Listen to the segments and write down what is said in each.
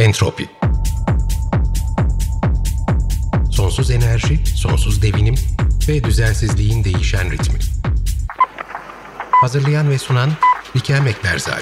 Entropi. Sonsuz enerji, sonsuz devinim ve düzensizliğin değişen ritmi. Hazırlayan ve sunan Bikem Ekberzade.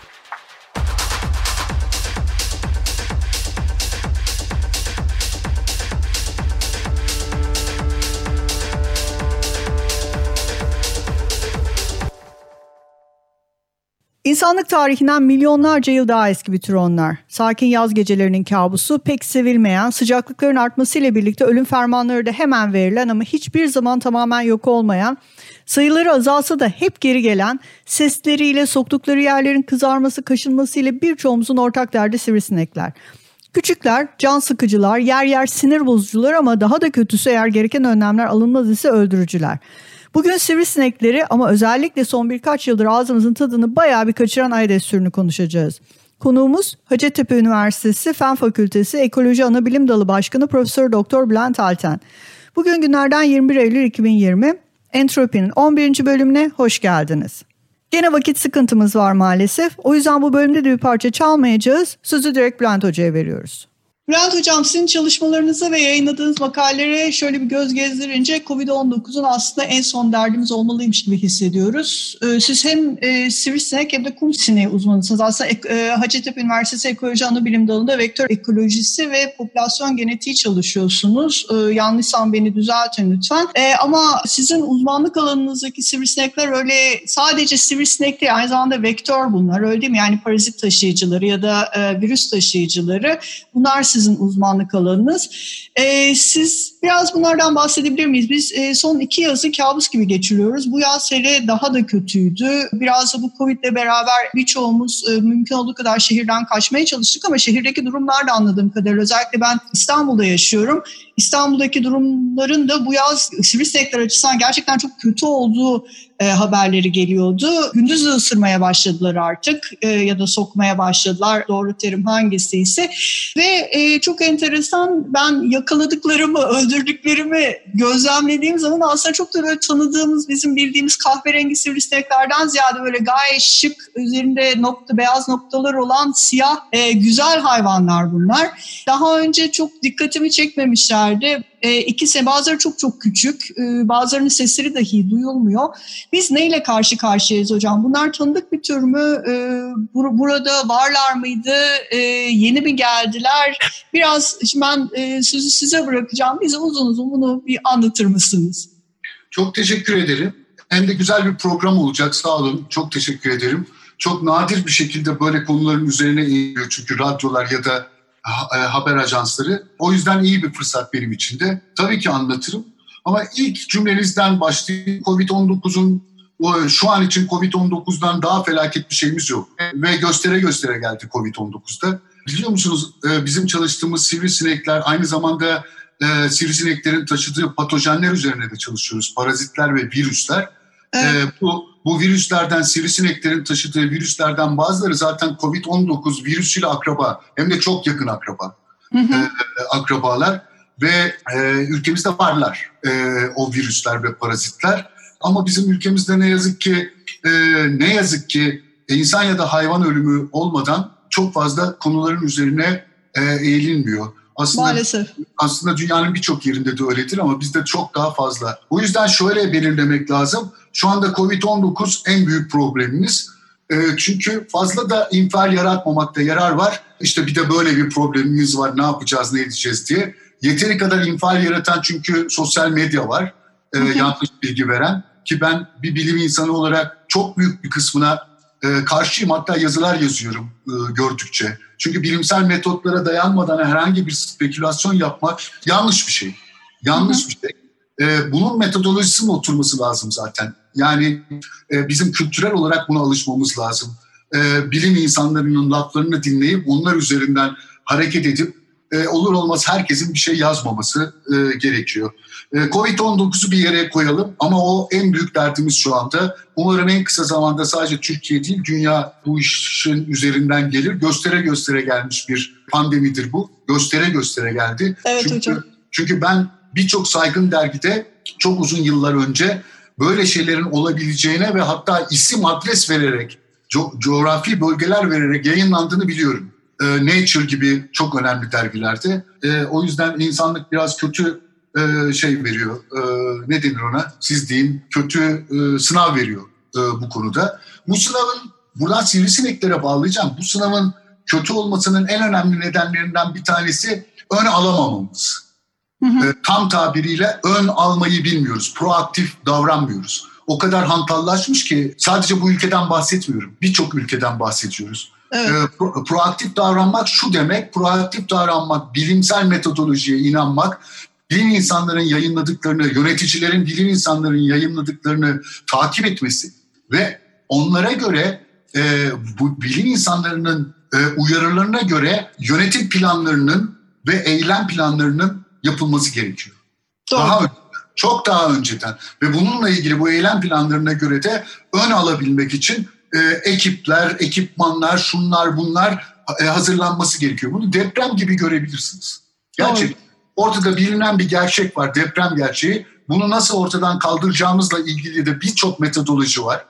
İnsanlık tarihinden milyonlarca yıl daha eski bir tür onlar. Sakin yaz gecelerinin kabusu, pek sevilmeyen, sıcaklıkların artmasıyla birlikte ölüm fermanları da hemen verilen ama hiçbir zaman tamamen yok olmayan, sayıları azalsa da hep geri gelen, sesleriyle soktukları yerlerin kızarması, kaşınmasıyla birçoğumuzun ortak derdi sivrisinekler. Küçükler, can sıkıcılar, yer yer sinir bozucular ama daha da kötüsü eğer gereken önlemler alınmaz ise öldürücüler. Bugün sivrisinekleri ama özellikle son birkaç yıldır ağzımızın tadını bayağı bir kaçıran Aedes türünü konuşacağız. Konuğumuz Hacettepe Üniversitesi Fen Fakültesi Ekoloji Anabilim Dalı Başkanı Profesör Doktor Bülent Alten. Bugün günlerden 21 Eylül 2020. Entropi'nin 11. bölümüne hoş geldiniz. Gene vakit sıkıntımız var maalesef. O yüzden bu bölümde de bir parça çalmayacağız. Sözü direkt Bülent Hoca'ya veriyoruz. Bülent Hocam, sizin çalışmalarınıza ve yayınladığınız makalelere şöyle bir göz gezdirince COVID-19'un aslında en son derdimiz olmalıymış gibi hissediyoruz. Siz hem sivrisinek hem de kum sineği uzmanısınız. Aslında Hacettepe Üniversitesi Ekoloji Anabilim Dalı'nda vektör ekolojisi ve popülasyon genetiği çalışıyorsunuz. Yanlışsam beni düzeltin lütfen. Ama sizin uzmanlık alanınızdaki sivrisinekler öyle sadece sivrisinek değil, aynı zamanda vektör bunlar, öyle değil mi? Yani parazit taşıyıcıları ya da virüs taşıyıcıları, bunlar sizin uzmanlık alanınız. Siz biraz bunlardan bahsedebilir miyiz? Biz son 2 yazı kabus gibi geçiriyoruz. Bu yaz hele daha da kötüydü. Biraz da bu Covid'le beraber birçoğumuz mümkün olduğu kadar şehirden kaçmaya çalıştık ama şehirdeki durumlar da anladığım kadarıyla, özellikle ben İstanbul'da yaşıyorum. İstanbul'daki durumların da bu yaz sivrisinekler açısından gerçekten çok kötü olduğu haberleri geliyordu. Gündüz de ısırmaya başladılar artık ya da sokmaya başladılar, doğru terim hangisiyse. Ve çok enteresan, ben yakaladıklarımı, öldürdüklerimi gözlemlediğim zaman aslında çok da böyle tanıdığımız, bizim bildiğimiz kahverengi sivrisineklerden ziyade böyle gayet şık, üzerinde beyaz noktalar olan siyah güzel hayvanlar bunlar. Daha önce çok dikkatimi çekmemişlerdi. İkisi, bazıları çok çok küçük, bazılarının sesleri dahi duyulmuyor. Biz neyle karşı karşıyayız hocam? Bunlar tanıdık bir tür mü? Burada varlar mıydı? Yeni mi geldiler? Biraz şimdi ben sözü size bırakacağım. Bize uzun uzun bunu bir anlatır mısınız? Çok teşekkür ederim. Hem de güzel bir program olacak. Sağ olun. Çok teşekkür ederim. Çok nadir bir şekilde böyle konuların üzerine eğiliyor çünkü radyolar ya da haber ajansları. O yüzden iyi bir fırsat benim için de. Tabii ki anlatırım. Ama ilk cümlenizden başlayayım. Covid-19'un, şu an için Covid-19'dan daha felaket bir şeyimiz yok. Ve göstere göstere geldi Covid-19'da. Biliyor musunuz, bizim çalıştığımız sivrisinekler, aynı zamanda sivrisineklerin taşıdığı patojenler üzerine de çalışıyoruz. Parazitler ve virüsler. Evet. Bu virüslerden, sivrisineklerin taşıdığı virüslerden bazıları zaten Covid-19 virüsüyle akraba. Hem de çok yakın akraba. Akrabalar. Ve ülkemizde varlar o virüsler ve parazitler. Ama bizim ülkemizde ne yazık ki insan ya da hayvan ölümü olmadan çok fazla konuların üzerine eğilinmiyor. Maalesef. Aslında dünyanın birçok yerinde de öyledir ama bizde çok daha fazla. O yüzden şöyle belirlemek lazım. Şu anda Covid-19 en büyük problemimiz. Çünkü fazla da infial yaratmamakta yarar var. İşte bir de böyle bir problemimiz var, ne yapacağız, ne edeceğiz diye. Yeteri kadar infial yaratan çünkü sosyal medya var. Yanlış bilgi veren. Ki ben bir bilim insanı olarak çok büyük bir kısmına karşıyım. Hatta yazılar yazıyorum gördükçe. Çünkü bilimsel metotlara dayanmadan herhangi bir spekülasyon yapmak yanlış bir şey. Yanlış bir şey. Bunun metodolojisinin oturması lazım zaten. Yani bizim kültürel olarak buna alışmamız lazım. Bilim insanlarının laflarını dinleyip onlar üzerinden hareket edip olur olmaz herkesin bir şey yazmaması gerekiyor. Covid-19'u bir yere koyalım ama o en büyük derdimiz şu anda. Umarım en kısa zamanda sadece Türkiye değil, dünya bu işin üzerinden gelir. Göstere göstere gelmiş bir pandemidir bu. Göstere göstere geldi. Evet hocam. Çünkü ben birçok saygın dergide çok uzun yıllar önce böyle şeylerin olabileceğine ve hatta isim adres vererek, coğrafi bölgeler vererek yayınlandığını biliyorum. Nature gibi çok önemli dergilerde. O yüzden insanlık biraz kötü veriyor. Ne denir ona? Siz deyin, kötü sınav veriyor bu konuda. Bu sınavın, buradan sivrisineklere bağlayacağım. Bu sınavın kötü olmasının en önemli nedenlerinden bir tanesi ön alamamamız. Tam tabiriyle ön almayı bilmiyoruz. Proaktif davranmıyoruz. O kadar hantallaşmış ki sadece bu ülkeden bahsetmiyorum. Birçok ülkeden bahsediyoruz. Evet. Proaktif davranmak şu demek. Proaktif davranmak, bilimsel metodolojiye inanmak, bilim insanların yayınladıklarını, yöneticilerin bilim insanların yayınladıklarını takip etmesi ve onlara göre bu bilim insanlarının uyarılarına göre yönetim planlarının ve eylem planlarının yapılması gerekiyor. Doğru. Çok daha önceden ve bununla ilgili bu eylem planlarına göre de ön alabilmek için ekipler, ekipmanlar, şunlar bunlar hazırlanması gerekiyor. Bunu deprem gibi görebilirsiniz. Gerçekten ortada bilinen bir gerçek var, deprem gerçeği. Bunu nasıl ortadan kaldıracağımızla ilgili de birçok metodoloji var.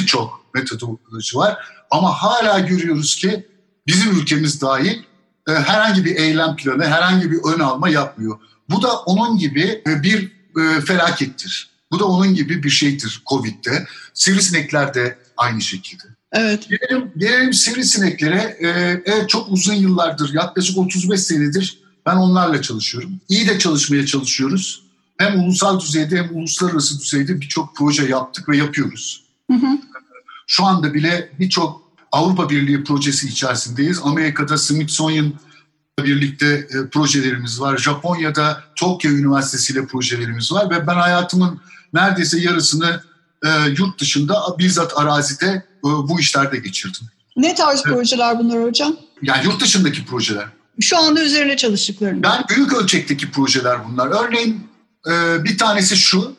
Ama hala görüyoruz ki bizim ülkemiz dahil herhangi bir eylem planı, herhangi bir ön alma yapmıyor. Bu da onun gibi bir felakettir. Bu da onun gibi bir şeydir Covid'de. Sivrisinekler de aynı şekilde. Evet. Gelelim sivrisineklere. Evet, çok uzun yıllardır, yaklaşık 35 senedir ben onlarla çalışıyorum. İyi de çalışmaya çalışıyoruz. Hem ulusal düzeyde hem uluslararası düzeyde birçok proje yaptık ve yapıyoruz. Şu anda bile birçok Avrupa Birliği projesi içerisindeyiz. Amerika'da Smithsonian birlikte projelerimiz var. Japonya'da Tokyo Üniversitesi ile projelerimiz var ve ben hayatımın neredeyse yarısını yurt dışında bizzat arazide bu işlerde geçirdim. Ne tarz projeler bunlar hocam? Yani yurt dışındaki projeler. Şu anda üzerine çalıştıklarım. Yani büyük ölçekteki projeler bunlar. Örneğin bir tanesi şu,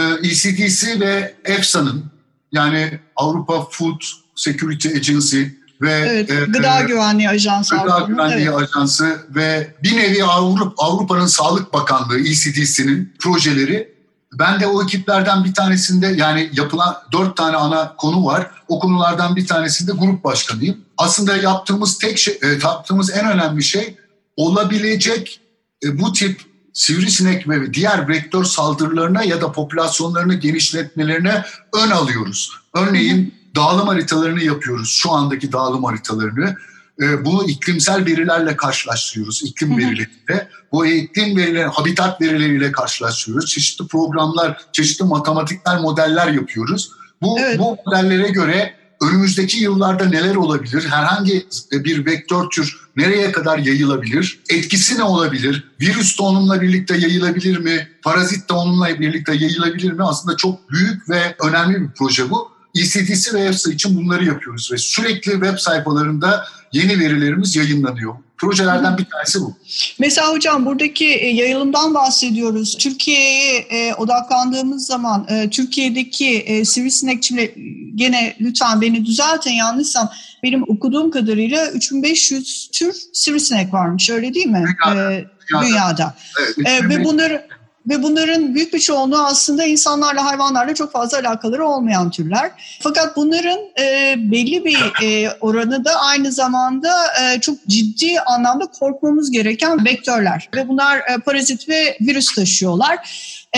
ECDC ve EFSA'nın, yani Avrupa Food Security Agency ve Gıda Güvenliği Ajansı. Gıda Güvenliği Ajansı ve bir nevi Avrupa'nın Sağlık Bakanlığı, ECDC'nin projeleri. Ben de o ekiplerden bir tanesinde, yani yapılan 4 tane ana konu var. O konulardan bir tanesinde grup başkanıyım. Aslında yaptığımız yaptığımız en önemli şey, olabilecek bu tip sivrisinek ve diğer vektör saldırılarına ya da popülasyonlarını genişletmelerine ön alıyoruz. Örneğin dağılım haritalarını yapıyoruz, şu andaki dağılım haritalarını. Bunu iklimsel verilerle karşılaştırıyoruz, iklim verileriyle. Bu iklim verileri, habitat verileriyle karşılaştırıyoruz. Çeşitli programlar, çeşitli matematiksel modeller yapıyoruz. Bu modellere göre önümüzdeki yıllarda neler olabilir? Herhangi bir vektör tür nereye kadar yayılabilir? Etkisi ne olabilir? Virüs de onunla birlikte yayılabilir mi? Parazit de onunla birlikte yayılabilir mi? Aslında çok büyük ve önemli bir proje bu. ECDC ve EFSA için bunları yapıyoruz ve sürekli web sayfalarında yeni verilerimiz yayınlanıyor. Projelerden bir tanesi bu. Mesela hocam buradaki yayılımdan bahsediyoruz. Türkiye'ye odaklandığımız zaman Türkiye'deki sivrisinek, gene lütfen beni düzeltin yanlışsam, benim okuduğum kadarıyla 3500 tür sivrisinek varmış, öyle değil mi? Dünyada. Evet, ve bunların büyük bir çoğunluğu aslında insanlarla, hayvanlarla çok fazla alakaları olmayan türler. Fakat bunların belli bir oranı da aynı zamanda çok ciddi anlamda korkmamız gereken vektörler. Ve bunlar parazit ve virüs taşıyorlar.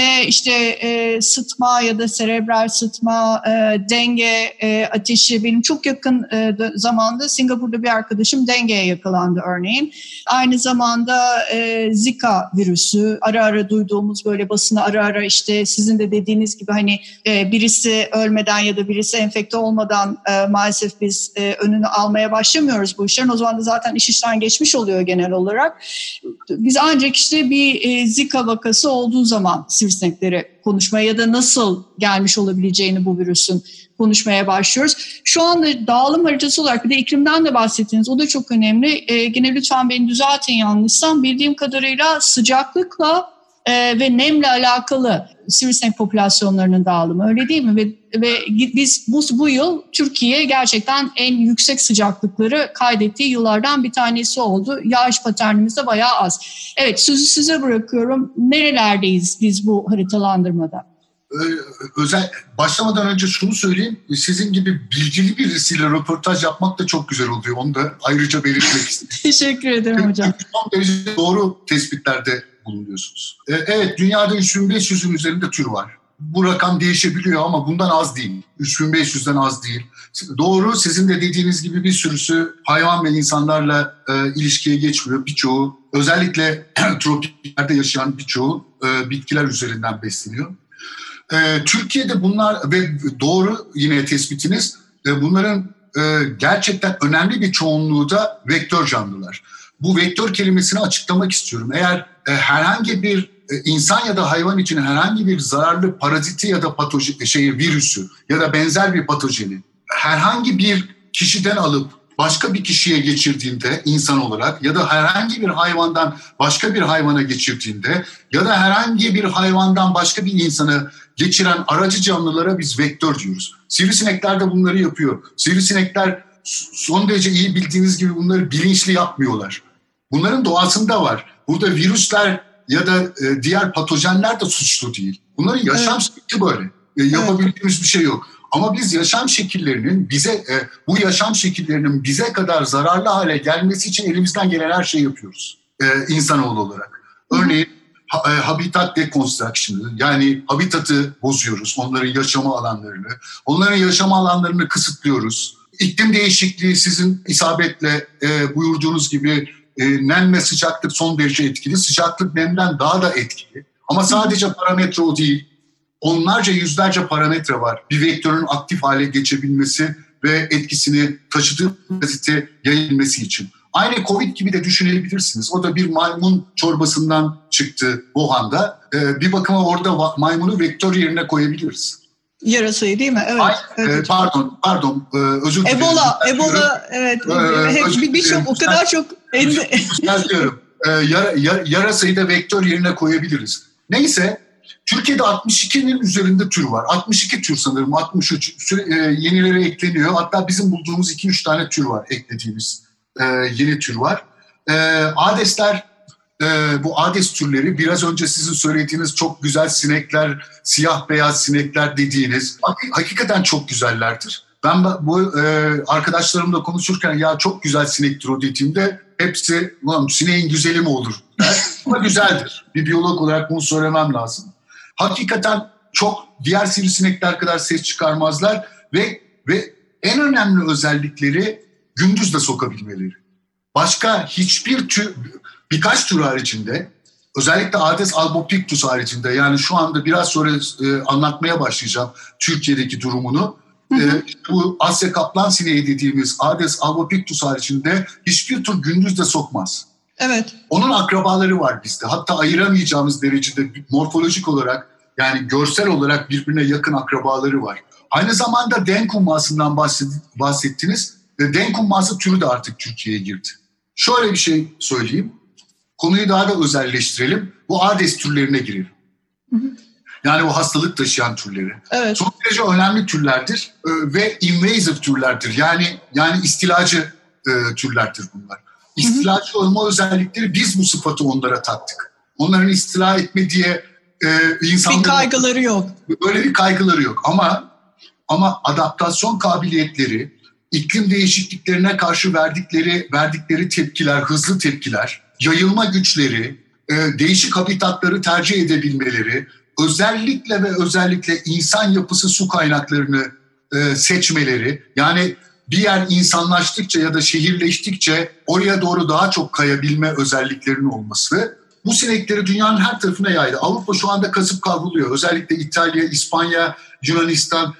Sıtma ya da serebral sıtma, denge, ateşi. Benim çok yakın zamanda Singapur'da bir arkadaşım dengeye yakalandı örneğin. Aynı zamanda Zika virüsü, ara ara duyduğumuz, böyle basına ara ara sizin de dediğiniz gibi hani birisi ölmeden ya da birisi enfekte olmadan maalesef biz önünü almaya başlamıyoruz bu işlerin. O zaman da zaten iş işten geçmiş oluyor genel olarak. Biz ancak bir Zika vakası olduğu zaman sivrisineklere konuşmaya ya da nasıl gelmiş olabileceğini bu virüsün konuşmaya başlıyoruz. Şu anda dağılım haritası olarak bir de iklimden de bahsettiniz. O da çok önemli. Yine lütfen beni düzeltin yanlışsam. Bildiğim kadarıyla sıcaklıkla ve nemle alakalı sivrisinek popülasyonlarının dağılımı, öyle değil mi? Ve biz bu yıl Türkiye gerçekten en yüksek sıcaklıkları kaydettiği yıllardan bir tanesi oldu. Yağış paternimiz de bayağı az. Evet, sözü size bırakıyorum. Nerelerdeyiz biz bu haritalandırmada? başlamadan önce şunu söyleyeyim. Sizin gibi bilgili birisiyle röportaj yapmak da çok güzel oluyor. Onu da ayrıca belirtmek istedim. Teşekkür ederim hocam. Son derece doğru tespitlerde bulunuyorsunuz. Evet, dünyada 3500'ün üzerinde tür var. Bu rakam değişebiliyor ama bundan az değil. 3500'den az değil. Doğru, sizin de dediğiniz gibi bir sürüsü hayvan ve insanlarla ilişkiye geçmiyor. Birçoğu, özellikle tropiklerde yaşayan birçoğu bitkiler üzerinden besleniyor. Türkiye'de bunlar ve doğru yine tespitiniz, bunların gerçekten önemli bir çoğunluğu da vektör canlılar. Bu vektör kelimesini açıklamak istiyorum. Eğer herhangi bir insan ya da hayvan için herhangi bir zararlı paraziti ya da virüsü ya da benzer bir patojeni herhangi bir kişiden alıp başka bir kişiye geçirdiğinde insan olarak ya da herhangi bir hayvandan başka bir hayvana geçirdiğinde ya da herhangi bir hayvandan başka bir insanı geçiren aracı canlılara biz vektör diyoruz. Sivrisinekler de bunları yapıyor. Sivrisinekler son derece iyi bildiğiniz gibi bunları bilinçli yapmıyorlar. Bunların doğasında var. Burada virüsler ya da diğer patojenler de suçlu değil. Bunların yaşam şekli böyle. Yapabildiğimiz bir şey yok. Ama biz yaşam şekillerinin bu yaşam şekillerinin bize kadar zararlı hale gelmesi için elimizden gelen her şeyi yapıyoruz. İnsanoğlu olarak. Örneğin habitat deconstruction'ı, yani habitatı bozuyoruz. Onların yaşama alanlarını kısıtlıyoruz. İklim değişikliği sizin isabetle buyurduğunuz gibi nem ve sıcaklık son derece etkili. Sıcaklık nemden daha da etkili. Ama sadece parametre o değil. Onlarca, yüzlerce parametre var. Bir vektörün aktif hale geçebilmesi ve etkisini taşıdığı parazite yayabilmesi için. Aynı Covid gibi de düşünebilirsiniz. O da bir maymun çorbasından çıktı Wuhan'da. Bir bakıma orada maymunu vektör yerine koyabiliriz. Yarasayı değil mi? Evet. Evet. Pardon. Özür dilerim. Ebola, evet. Birçok, o kadar çok... Diyorum. Yarasayı da vektör yerine koyabiliriz. Neyse, Türkiye'de 62'nin üzerinde tür var. 62 tür sanırım, 63 yenileri ekleniyor. Hatta bizim bulduğumuz 2-3 tane tür var, eklediğimiz yeni tür var. Adesler, bu Ades türleri biraz önce sizin söylediğiniz çok güzel sinekler, siyah beyaz sinekler dediğiniz hakikaten çok güzellerdir. Ben bu arkadaşlarımla konuşurken ya çok güzel sinektir o dediğimde hepsi sineğin güzeli mi olur der. Ama güzeldir. Bir biyolog olarak bunu söylemem lazım. Hakikaten çok diğer sivrisinekler kadar ses çıkarmazlar ve en önemli özellikleri gündüz de sokabilmeleri. Başka hiçbir tür, birkaç tür haricinde, özellikle Ades albopictus haricinde, yani şu anda biraz sonra anlatmaya başlayacağım Türkiye'deki durumunu. Bu Asya kaplan sineği dediğimiz Ades albopictus haricinde hiçbir tür gündüz de sokmaz. Evet. Onun akrabaları var bizde. Hatta ayıramayacağımız derecede morfolojik olarak, yani görsel olarak birbirine yakın akrabaları var. Aynı zamanda denk hummasından bahsettiniz. Denk humması türü de artık Türkiye'ye girdi. Şöyle bir şey söyleyeyim. Konuyu daha da özelleştirelim. Bu Ades türlerine girelim. Yani o hastalık taşıyan türleri. Evet. Son derece önemli türlerdir ve invasive türlerdir. Yani istilacı türlerdir bunlar. İstilacı olma özellikleri, biz bu sıfatı onlara taktık. Onların istila etme diye insanların... Bir kaygıları yok. Böyle bir kaygıları yok. Ama adaptasyon kabiliyetleri, iklim değişikliklerine karşı verdikleri tepkiler, hızlı tepkiler, yayılma güçleri, değişik habitatları tercih edebilmeleri, özellikle insan yapısı su kaynaklarını seçmeleri, yani bir yer insanlaştıkça ya da şehirleştikçe oraya doğru daha çok kayabilme özelliklerinin olması, bu sinekleri dünyanın her tarafına yaydı. Avrupa şu anda kasıp kavruluyor. Özellikle İtalya, İspanya, Yunanistan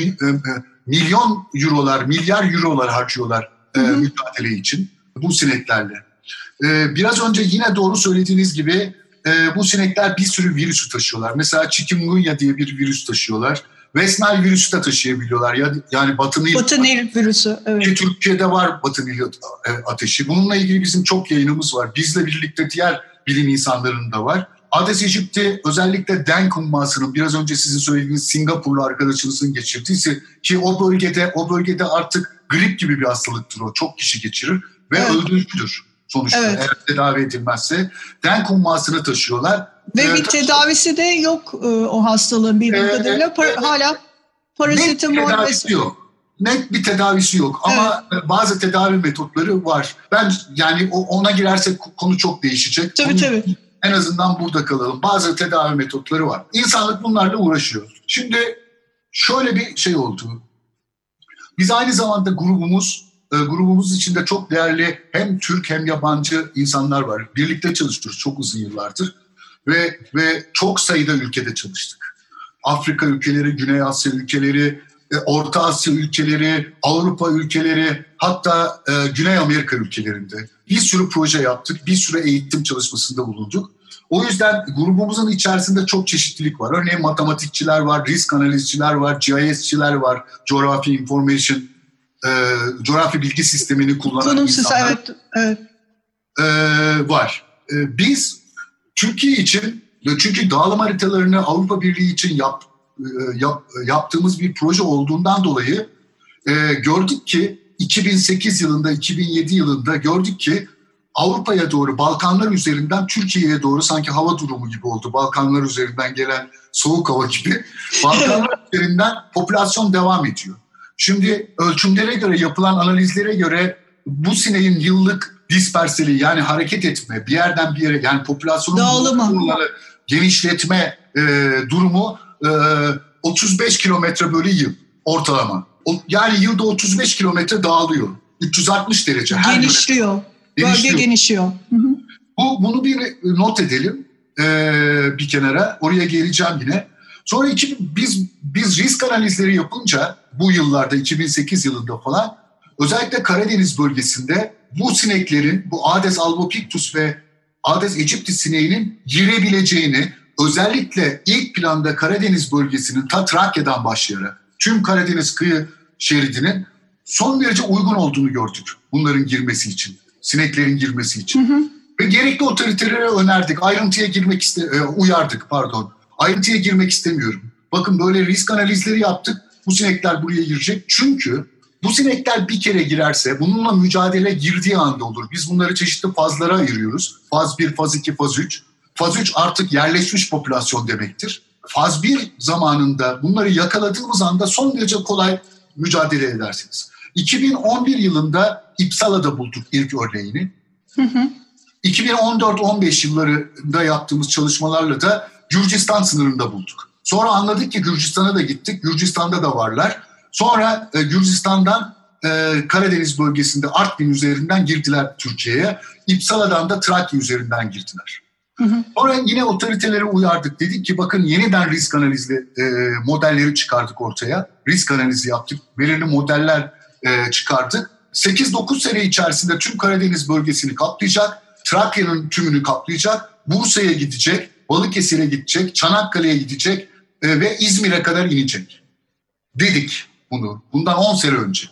milyar eurolar harcıyorlar mücadele için bu sineklerle. Biraz önce yine doğru söylediğiniz gibi bu sinekler bir sürü virüsü taşıyorlar. Mesela chikungunya diye bir virüs taşıyorlar. West Nile virüsü de taşıyabiliyorlar. Yani Batı Nil virüsü. Evet. Türkiye'de var Batı Nil ateşi. Bununla ilgili bizim çok yayınımız var. Bizle birlikte diğer bilim insanlarının da var. Ades aegypti özellikle denk hummasının, biraz önce sizin söylediğiniz Singapurlu arkadaşınızın geçirdiyse, ki o bölgede artık grip gibi bir hastalıktır o. Çok kişi geçirir ve öldürücüdür sonuçta eğer tedavi edilmezse. Denk hummasını taşıyorlar Ve bir tedavisi de yok o hastalığın bildiğim kadarıyla. Hala parasetamol. Net tedavisi yok. Net bir tedavisi yok ama bazı tedavi metotları var. Ben yani ona girersek konu çok değişecek. Tabii. En azından burada kalalım. Bazı tedavi metotları var. İnsanlık bunlarla uğraşıyor. Şimdi şöyle bir şey oldu. Biz aynı zamanda grubumuz içinde çok değerli hem Türk hem yabancı insanlar var. Birlikte çalışıyoruz çok uzun yıllardır ve çok sayıda ülkede çalıştık. Afrika ülkeleri, Güney Asya ülkeleri, Orta Asya ülkeleri, Avrupa ülkeleri, hatta Güney Amerika ülkelerinde bir sürü proje yaptık, bir sürü eğitim çalışmasında bulunduk. O yüzden grubumuzun içerisinde çok çeşitlilik var. Örneğin matematikçiler var, risk analizciler var, GIS'çiler var, coğrafi bilgi sistemini kullanan insanlar var. Biz Türkiye için, çünkü dağılım haritalarını Avrupa Birliği için yaptığımız bir proje olduğundan dolayı gördük ki 2008 yılında, 2007 yılında gördük ki Avrupa'ya doğru, Balkanlar üzerinden Türkiye'ye doğru sanki hava durumu gibi oldu. Balkanlar üzerinden gelen soğuk hava gibi. Balkanlar üzerinden popülasyon devam ediyor. Şimdi ölçümlere göre, yapılan analizlere göre bu sineğin yıllık disperseli yani hareket etme, bir yerden bir yere yani popülasyonun genişletme durumu 35 kilometre bölü yıl ortalama. Yani yılda 35 kilometre dağılıyor. 360 derece. Genişliyor. Bölge genişliyor. Bunu bir not edelim bir kenara. Oraya geleceğim yine. Sonra biz risk analizleri yapınca bu yıllarda 2008 yılında falan özellikle Karadeniz bölgesinde bu sineklerin, bu Aedes albopictus ve Aedes aegypti sineğinin girebileceğini, özellikle ilk planda Karadeniz bölgesinin ta Trakya'dan başlayarak tüm Karadeniz kıyı şeridinin son derece uygun olduğunu gördük bunların girmesi için, sineklerin girmesi için. Ve gerekli otoritelere önerdik, uyardık. Ayrıntıya girmek istemiyorum. Bakın böyle risk analizleri yaptık, bu sinekler buraya girecek. Çünkü bu sinekler bir kere girerse bununla mücadele girdiği anda olur. Biz bunları çeşitli fazlara ayırıyoruz. Faz 1, faz 2, faz 3. Faz 3 artık yerleşmiş popülasyon demektir. Faz 1 zamanında bunları yakaladığımız anda son derece kolay mücadele edersiniz. 2011 yılında İpsala'da bulduk ilk örneğini. 2014-15 yıllarında yaptığımız çalışmalarla da Gürcistan sınırında bulduk. Sonra anladık ki Gürcistan'a da gittik. Gürcistan'da da varlar. Sonra Gürcistan'dan Karadeniz bölgesinde Artvin üzerinden girdiler Türkiye'ye. İpsala'dan da Trakya üzerinden girdiler. Sonra yine otoriteleri uyardık. Dedik ki bakın yeniden risk analizli modelleri çıkardık ortaya. Risk analizi yaptık. Belirli modeller çıkardık. 8-9 sene içerisinde tüm Karadeniz bölgesini kaplayacak. Trakya'nın tümünü kaplayacak. Bursa'ya gidecek. Balıkesir'e gidecek. Çanakkale'ye gidecek. Ve İzmir'e kadar inecek. Dedik bunu. Bundan 10 sene önce.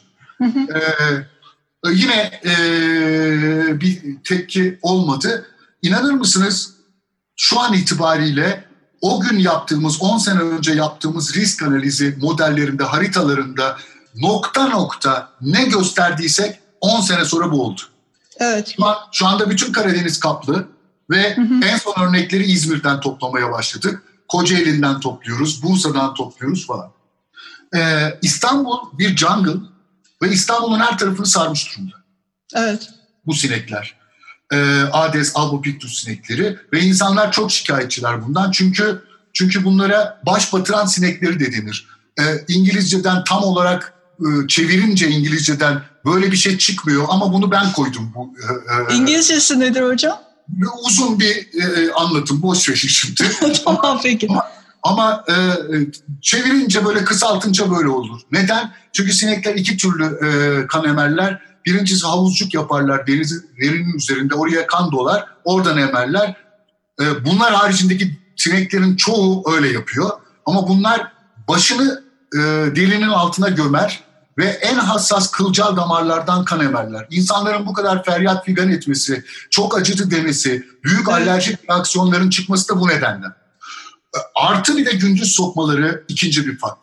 Yine bir tepki olmadı. İnanır mısınız? Şu an itibariyle o gün yaptığımız, 10 sene önce yaptığımız risk analizi modellerinde, haritalarında nokta nokta ne gösterdiysek 10 sene sonra bu oldu. Evet. Şu anda bütün Karadeniz kaplı ve en son örnekleri İzmir'den toplamaya başladık. Kocaeli'nden topluyoruz, Bursa'dan topluyoruz falan. İstanbul bir jungle ve İstanbul'un her tarafını sarmış durumda. Evet. Bu sinekler. Aedes albopictus sinekleri ve insanlar çok şikayetçiler bundan. Çünkü bunlara baş batıran sinekleri de denir. İngilizceden tam olarak çevirince İngilizceden böyle bir şey çıkmıyor ama bunu ben koydum. İngilizcesi nedir hocam? Uzun bir anlatım, boş verin şimdi. Tamam peki. Ama çevirince böyle kısaltınca böyle olur. Neden? Çünkü sinekler iki türlü kan emerler. Birincisi havuzcuk yaparlar derinin üzerinde, oraya kan dolar, oradan emerler. Bunlar haricindeki sineklerin çoğu öyle yapıyor. Ama bunlar başını derinin altına gömer ve en hassas kılcal damarlardan kan emerler. İnsanların bu kadar feryat figan etmesi, çok acıdı demesi, büyük alerjik reaksiyonların çıkması da bu nedenle. Artı bir de gündüz sokmaları ikinci bir faktör.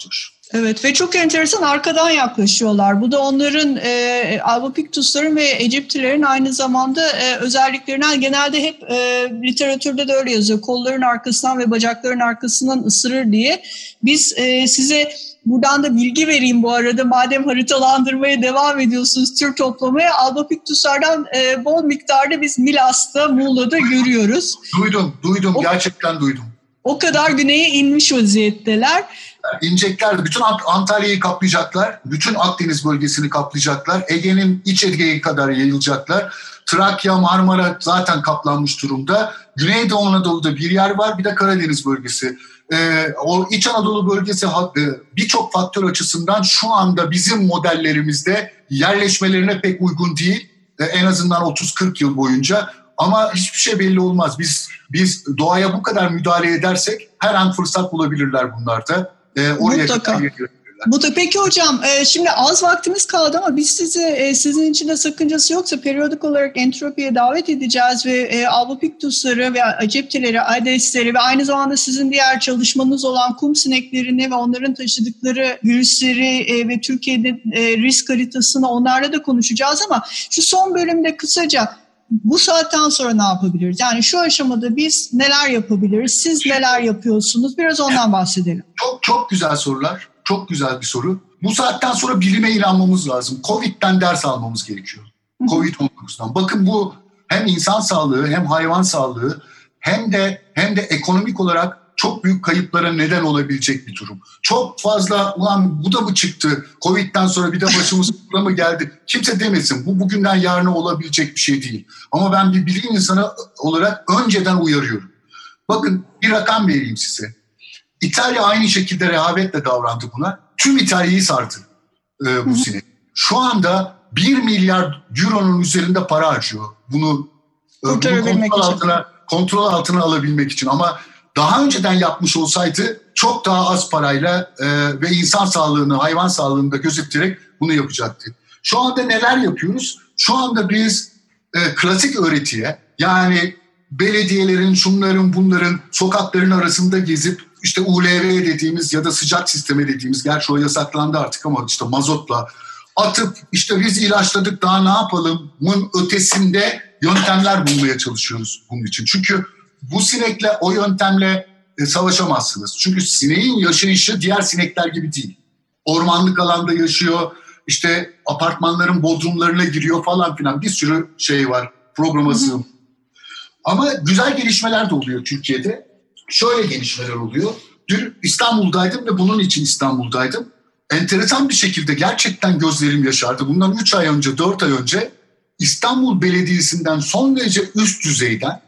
Evet ve çok enteresan arkadan yaklaşıyorlar. Bu da onların Albopictus'ların ve Egyptilerin aynı zamanda özelliklerinden genelde hep literatürde de öyle yazıyor. Kolların arkasından ve bacakların arkasından ısırır diye. Biz size buradan da bilgi vereyim bu arada. Madem haritalandırmaya devam ediyorsunuz, tür toplamaya, Albopictus'lardan bol miktarda biz Milas'ta, Muğla'da görüyoruz. Duydum. Gerçekten duydum. O kadar güneye inmiş vaziyetteler. İnecekler, bütün Antalya'yı kaplayacaklar, bütün Akdeniz bölgesini kaplayacaklar, Ege'nin iç Ege'ye kadar yayılacaklar. Trakya, Marmara zaten kaplanmış durumda. Güneydoğu Anadolu'da bir yer var, bir de Karadeniz bölgesi. O İç Anadolu bölgesi birçok faktör açısından şu anda bizim modellerimizde yerleşmelerine pek uygun değil. En azından 30-40 yıl boyunca. Ama hiçbir şey belli olmaz. Biz doğaya bu kadar müdahale edersek her an fırsat bulabilirler bunlar da. Mutlaka. Peki hocam, şimdi az vaktimiz kaldı ama biz sizi, sizin için de sakıncası yoksa periyodik olarak Entropi'ye davet edeceğiz ve Albopictus'ları ve Egyptileri, Aedesleri ve aynı zamanda sizin diğer çalışmanız olan kum sineklerini ve onların taşıdıkları virüsleri ve Türkiye'de risk haritasını onlarla da konuşacağız ama şu son bölümde kısaca bu saatten sonra ne yapabiliriz? Yani şu aşamada biz neler yapabiliriz? Siz neler yapıyorsunuz? Biraz ondan bahsedelim. Çok güzel sorular. Çok güzel bir soru. Bu saatten sonra bilime inanmamız lazım. Covid'den ders almamız gerekiyor. Covid-19'dan. Bakın bu hem insan sağlığı hem hayvan sağlığı hem de ekonomik olarak çok büyük kayıplara neden olabilecek bir durum. Çok fazla ulan bu da mı çıktı? Covid'den sonra bir de başımız buna mı geldi? Kimse demesin. Bu bugünden yarına olabilecek bir şey değil. Ama ben bir bilim insanı olarak önceden uyarıyorum. Bakın bir rakam vereyim size. İtalya aynı şekilde rehavetle davrandı buna. Tüm İtalya'yı sardı bu sene. Şu anda 1 milyar euronun üzerinde para harcıyor. Bunu kontrol altına alabilmek için. Ama daha önceden yapmış olsaydı çok daha az parayla ve insan sağlığını, hayvan sağlığını da gözeterek bunu yapacaktı. Şu anda neler yapıyoruz? Şu anda biz klasik öğretiye, yani belediyelerin, şunların bunların sokakların arasında gezip işte ULV dediğimiz ya da sıcak sisteme dediğimiz, gerçi o yasaklandı artık ama işte mazotla atıp işte biz ilaçladık daha ne yapalımın ötesinde yöntemler bulmaya çalışıyoruz bunun için. Çünkü bu sinekle, o yöntemle savaşamazsınız. Çünkü sineğin yaşayışı diğer sinekler gibi değil. Ormanlık alanda yaşıyor, işte apartmanların bodrumlarına giriyor falan filan, bir sürü şey var, programa sığmıyor. Ama güzel gelişmeler de oluyor Türkiye'de. Şöyle gelişmeler oluyor. Dün İstanbul'daydım ve bunun için İstanbul'daydım. Enteresan bir şekilde gerçekten gözlerim yaşardı. Bundan 3 ay önce, 4 ay önce İstanbul Belediyesi'nden son derece üst düzeyden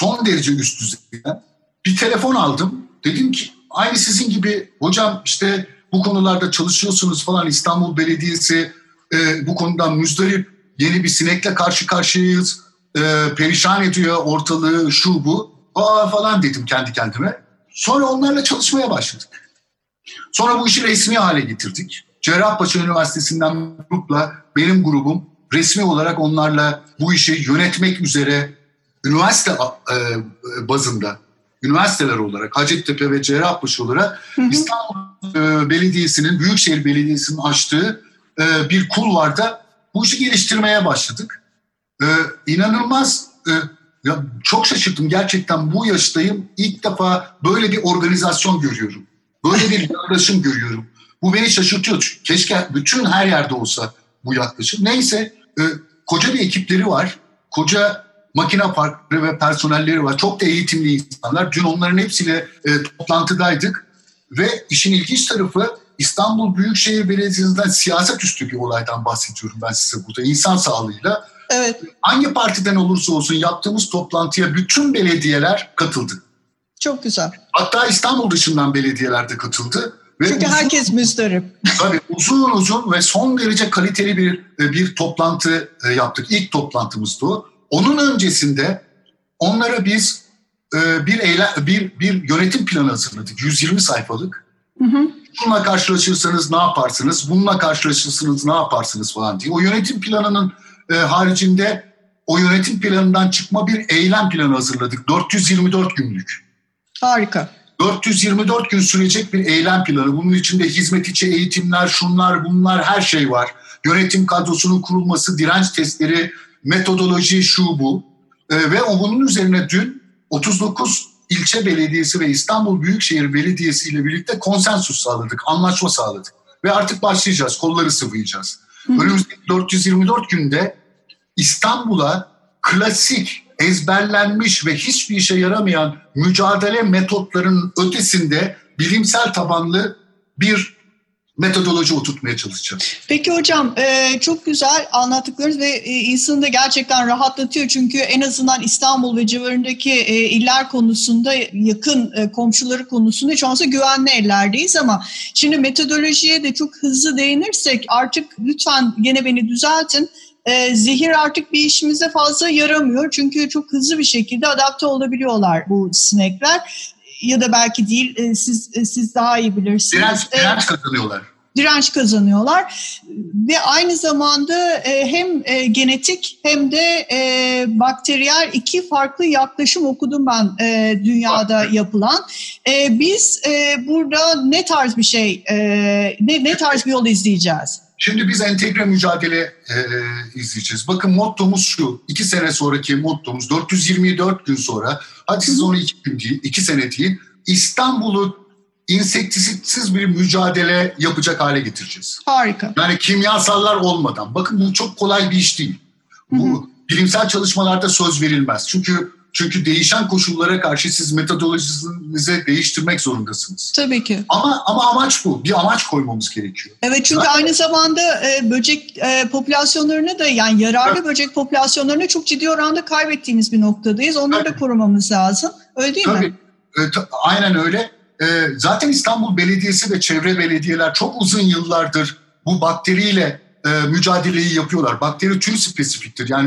bir telefon aldım. Dedim ki aynı sizin gibi hocam işte bu konularda çalışıyorsunuz falan, İstanbul Belediyesi bu konudan müzdarip, yeni bir sinekle karşı karşıyayız, perişan ediyor ortalığı, şu bu falan dedim kendi kendime. Sonra onlarla çalışmaya başladık. Sonra bu işi resmi hale getirdik. Cerrahpaşa Üniversitesi'nden grupla benim grubum resmi olarak onlarla bu işi yönetmek üzere üniversite bazında, üniversiteler olarak Hacettepe ve Cerrahpaşa olarak İstanbul Belediyesi'nin, Büyükşehir Belediyesi'nin açtığı bir kulvarda bu işi geliştirmeye başladık. İnanılmaz, ya çok şaşırdım gerçekten, bu yaştayım, ilk defa böyle bir organizasyon görüyorum. Böyle bir yaklaşım görüyorum. Bu beni şaşırtıyor. Keşke bütün her yerde olsa bu yaklaşım. Neyse, koca bir ekipleri var. Koca makine parkları ve personelleri var. Çok da eğitimli insanlar. Dün onların hepsiyle toplantıdaydık. Ve işin ilginç tarafı, İstanbul Büyükşehir Belediyesi'nden siyaset üstü bir olaydan bahsediyorum ben size burada. İnsan sağlığıyla. Evet. Hangi partiden olursa olsun yaptığımız toplantıya bütün belediyeler katıldı. Çok güzel. Hatta İstanbul dışından belediyeler de katıldı. Ve çünkü herkes müzdarip. Tabii uzun ve son derece kaliteli bir toplantı yaptık. İlk toplantımızdı o. Onun öncesinde onlara biz bir yönetim planı hazırladık. 120 sayfalık. Bununla karşılaşırsanız ne yaparsınız? Bununla karşılaşırsanız ne yaparsınız falan diye. O yönetim planının haricinde o yönetim planından çıkma bir eylem planı hazırladık. 424 günlük. Harika. 424 gün sürecek bir eylem planı. Bunun içinde hizmet içi eğitimler, şunlar bunlar her şey var. Yönetim kadrosunun kurulması, direnç testleri, metodoloji şu bu. Ve bunun üzerine dün 39 ilçe belediyesi ve İstanbul Büyükşehir Belediyesi ile birlikte konsensus sağladık, anlaşma sağladık. Ve artık başlayacağız, kolları sıvayacağız. Önümüzdeki 424 günde İstanbul'a klasik, ezberlenmiş ve hiçbir işe yaramayan mücadele metotlarının ötesinde bilimsel tabanlı bir metodoloji oturtmaya çalışacağız. Peki hocam, çok güzel anlattıklarınız ve insanı da gerçekten rahatlatıyor. Çünkü en azından İstanbul ve civarındaki iller konusunda, yakın komşuları konusunda hiç olmazsa güvenli ellerdeyiz. Ama şimdi metodolojiye de çok hızlı değinirsek artık lütfen gene beni düzeltin. Zehir artık bir işimize fazla yaramıyor. Çünkü çok hızlı bir şekilde adapte olabiliyorlar bu sinekler. Ya da belki değil, siz daha iyi bilirsiniz. Direnç kazanıyorlar. Direnç kazanıyorlar ve aynı zamanda hem genetik hem de bakteriyel iki farklı yaklaşım okudum ben dünyada yapılan. Biz burada ne tarz bir şey, ne tarz bir yol izleyeceğiz? Şimdi biz entegre mücadele izleyeceğiz. Bakın mottomuz şu, 2 sene sonraki mottomuz 424 gün sonra, hadi siz onu 2 gün değil, 2 sene değil, İstanbul'u insektisitsiz bir mücadele yapacak hale getireceğiz. Harika. Yani kimyasallar olmadan. Bakın bu çok kolay bir iş değil. Bu bilimsel çalışmalarda söz verilmez. Çünkü değişen koşullara karşı siz metodolojinizi değiştirmek zorundasınız. Tabii ki. Ama amaç bu. Bir amaç koymamız gerekiyor. Evet, çünkü aynı zamanda böcek popülasyonlarını da, yani yararlı böcek popülasyonlarını çok ciddi oranda kaybettiğimiz bir noktadayız. Onları da korumamız lazım. Öyle değil mi? Aynen öyle. Zaten İstanbul Belediyesi ve çevre belediyeler çok uzun yıllardır bu bakteriyle mücadeleyi yapıyorlar. Bakteri tür spesifiktir. Yani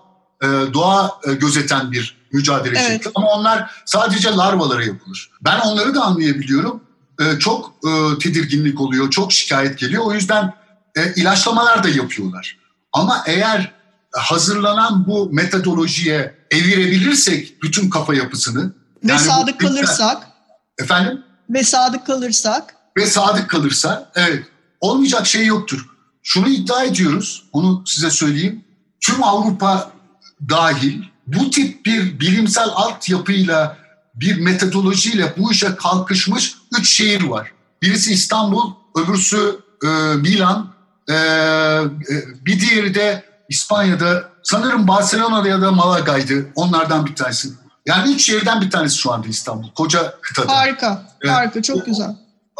doğa gözeten bir mücadele şekli. Ama onlar sadece larvalara yapılır. Ben onları da anlayabiliyorum. Çok tedirginlik oluyor, çok şikayet geliyor. O yüzden ilaçlamalar da yapıyorlar. Ama eğer hazırlanan bu metodolojiye evirebilirsek bütün kafa yapısını ve yani sadık kalırsak. Efendim? Ve sadık kalırsak. Ve sadık kalırsa, evet, olmayacak şey yoktur. Şunu iddia ediyoruz, bunu size söyleyeyim. Tüm Avrupa dahil bu tip bir bilimsel altyapıyla, bir metodolojiyle bu işe kalkışmış 3 şehir var. Birisi İstanbul, öbürsü Milan, bir diğeri de İspanya'da, sanırım Barcelona'da ya da Malaga'ydı. Onlardan bir tanesi. Yani 3 şehirden bir tanesi şu anda İstanbul, koca kıtada. Harika, harika, çok güzel.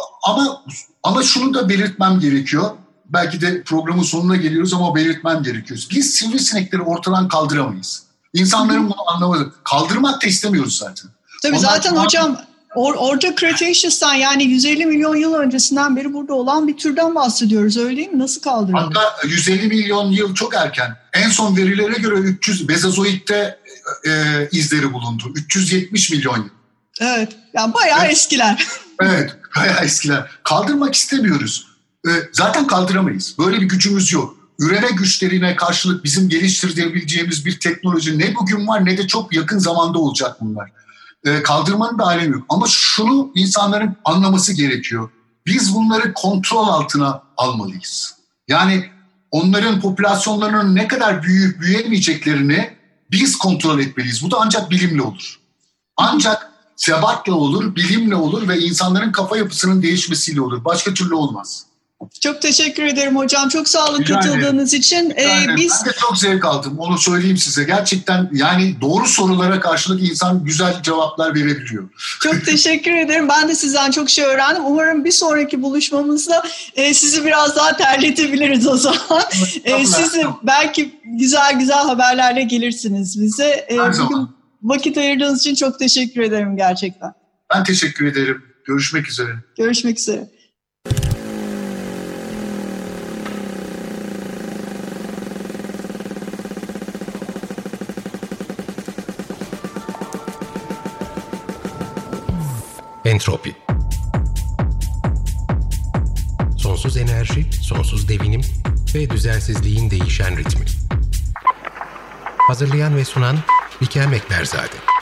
Ama şunu da belirtmem gerekiyor. Belki de programın sonuna geliyoruz ama belirtmem gerekiyor. Biz sivrisinekleri ortadan kaldıramayız. İnsanların bunu anlamadı. Kaldırmak da istemiyoruz zaten. Tabii onlar zaten hocam Orta Cretaceous'tan, yani 150 milyon yıl öncesinden beri burada olan bir türden bahsediyoruz, öyle değil mi? Nasıl kaldıralım? Hatta 150 milyon yıl çok erken. En son verilere göre 300 Mezozoik'te izleri bulundu. 370 milyon yıl. Evet. Yani bayağı eskiler. Evet, bayağı eskiler. Kaldırmak istemiyoruz. Zaten kaldıramayız. Böyle bir gücümüz yok. Üreme güçlerine karşılık bizim geliştirebileceğimiz bir teknoloji ne bugün var ne de çok yakın zamanda olacak bunlar. Kaldırmanın da alemi yok. Ama şunu insanların anlaması gerekiyor. Biz bunları kontrol altına almalıyız. Yani onların popülasyonlarının ne kadar büyüyüp büyüyemeyeceklerini biz kontrol etmeliyiz. Bu da ancak bilimle olur. Ancak sebatla olur, bilimle olur ve insanların kafa yapısının değişmesiyle olur. Başka türlü olmaz. Çok teşekkür ederim hocam. Çok sağ olun katıldığınız için. Ben de çok zevk aldım. Onu söyleyeyim size. Gerçekten yani doğru sorulara karşılık insan güzel cevaplar verebiliyor. Çok teşekkür ederim. Ben de sizden çok şey öğrendim. Umarım bir sonraki buluşmamızda sizi biraz daha terletebiliriz o zaman. Siz de belki güzel haberlerle gelirsiniz bize. Bugün vakit ayırdığınız için çok teşekkür ederim gerçekten. Ben teşekkür ederim. Görüşmek üzere. Görüşmek üzere. Entropi. Sonsuz enerji, sonsuz devinim ve düzensizliğin değişen ritmi. Hazırlayan ve sunan Bikem Ekberzade.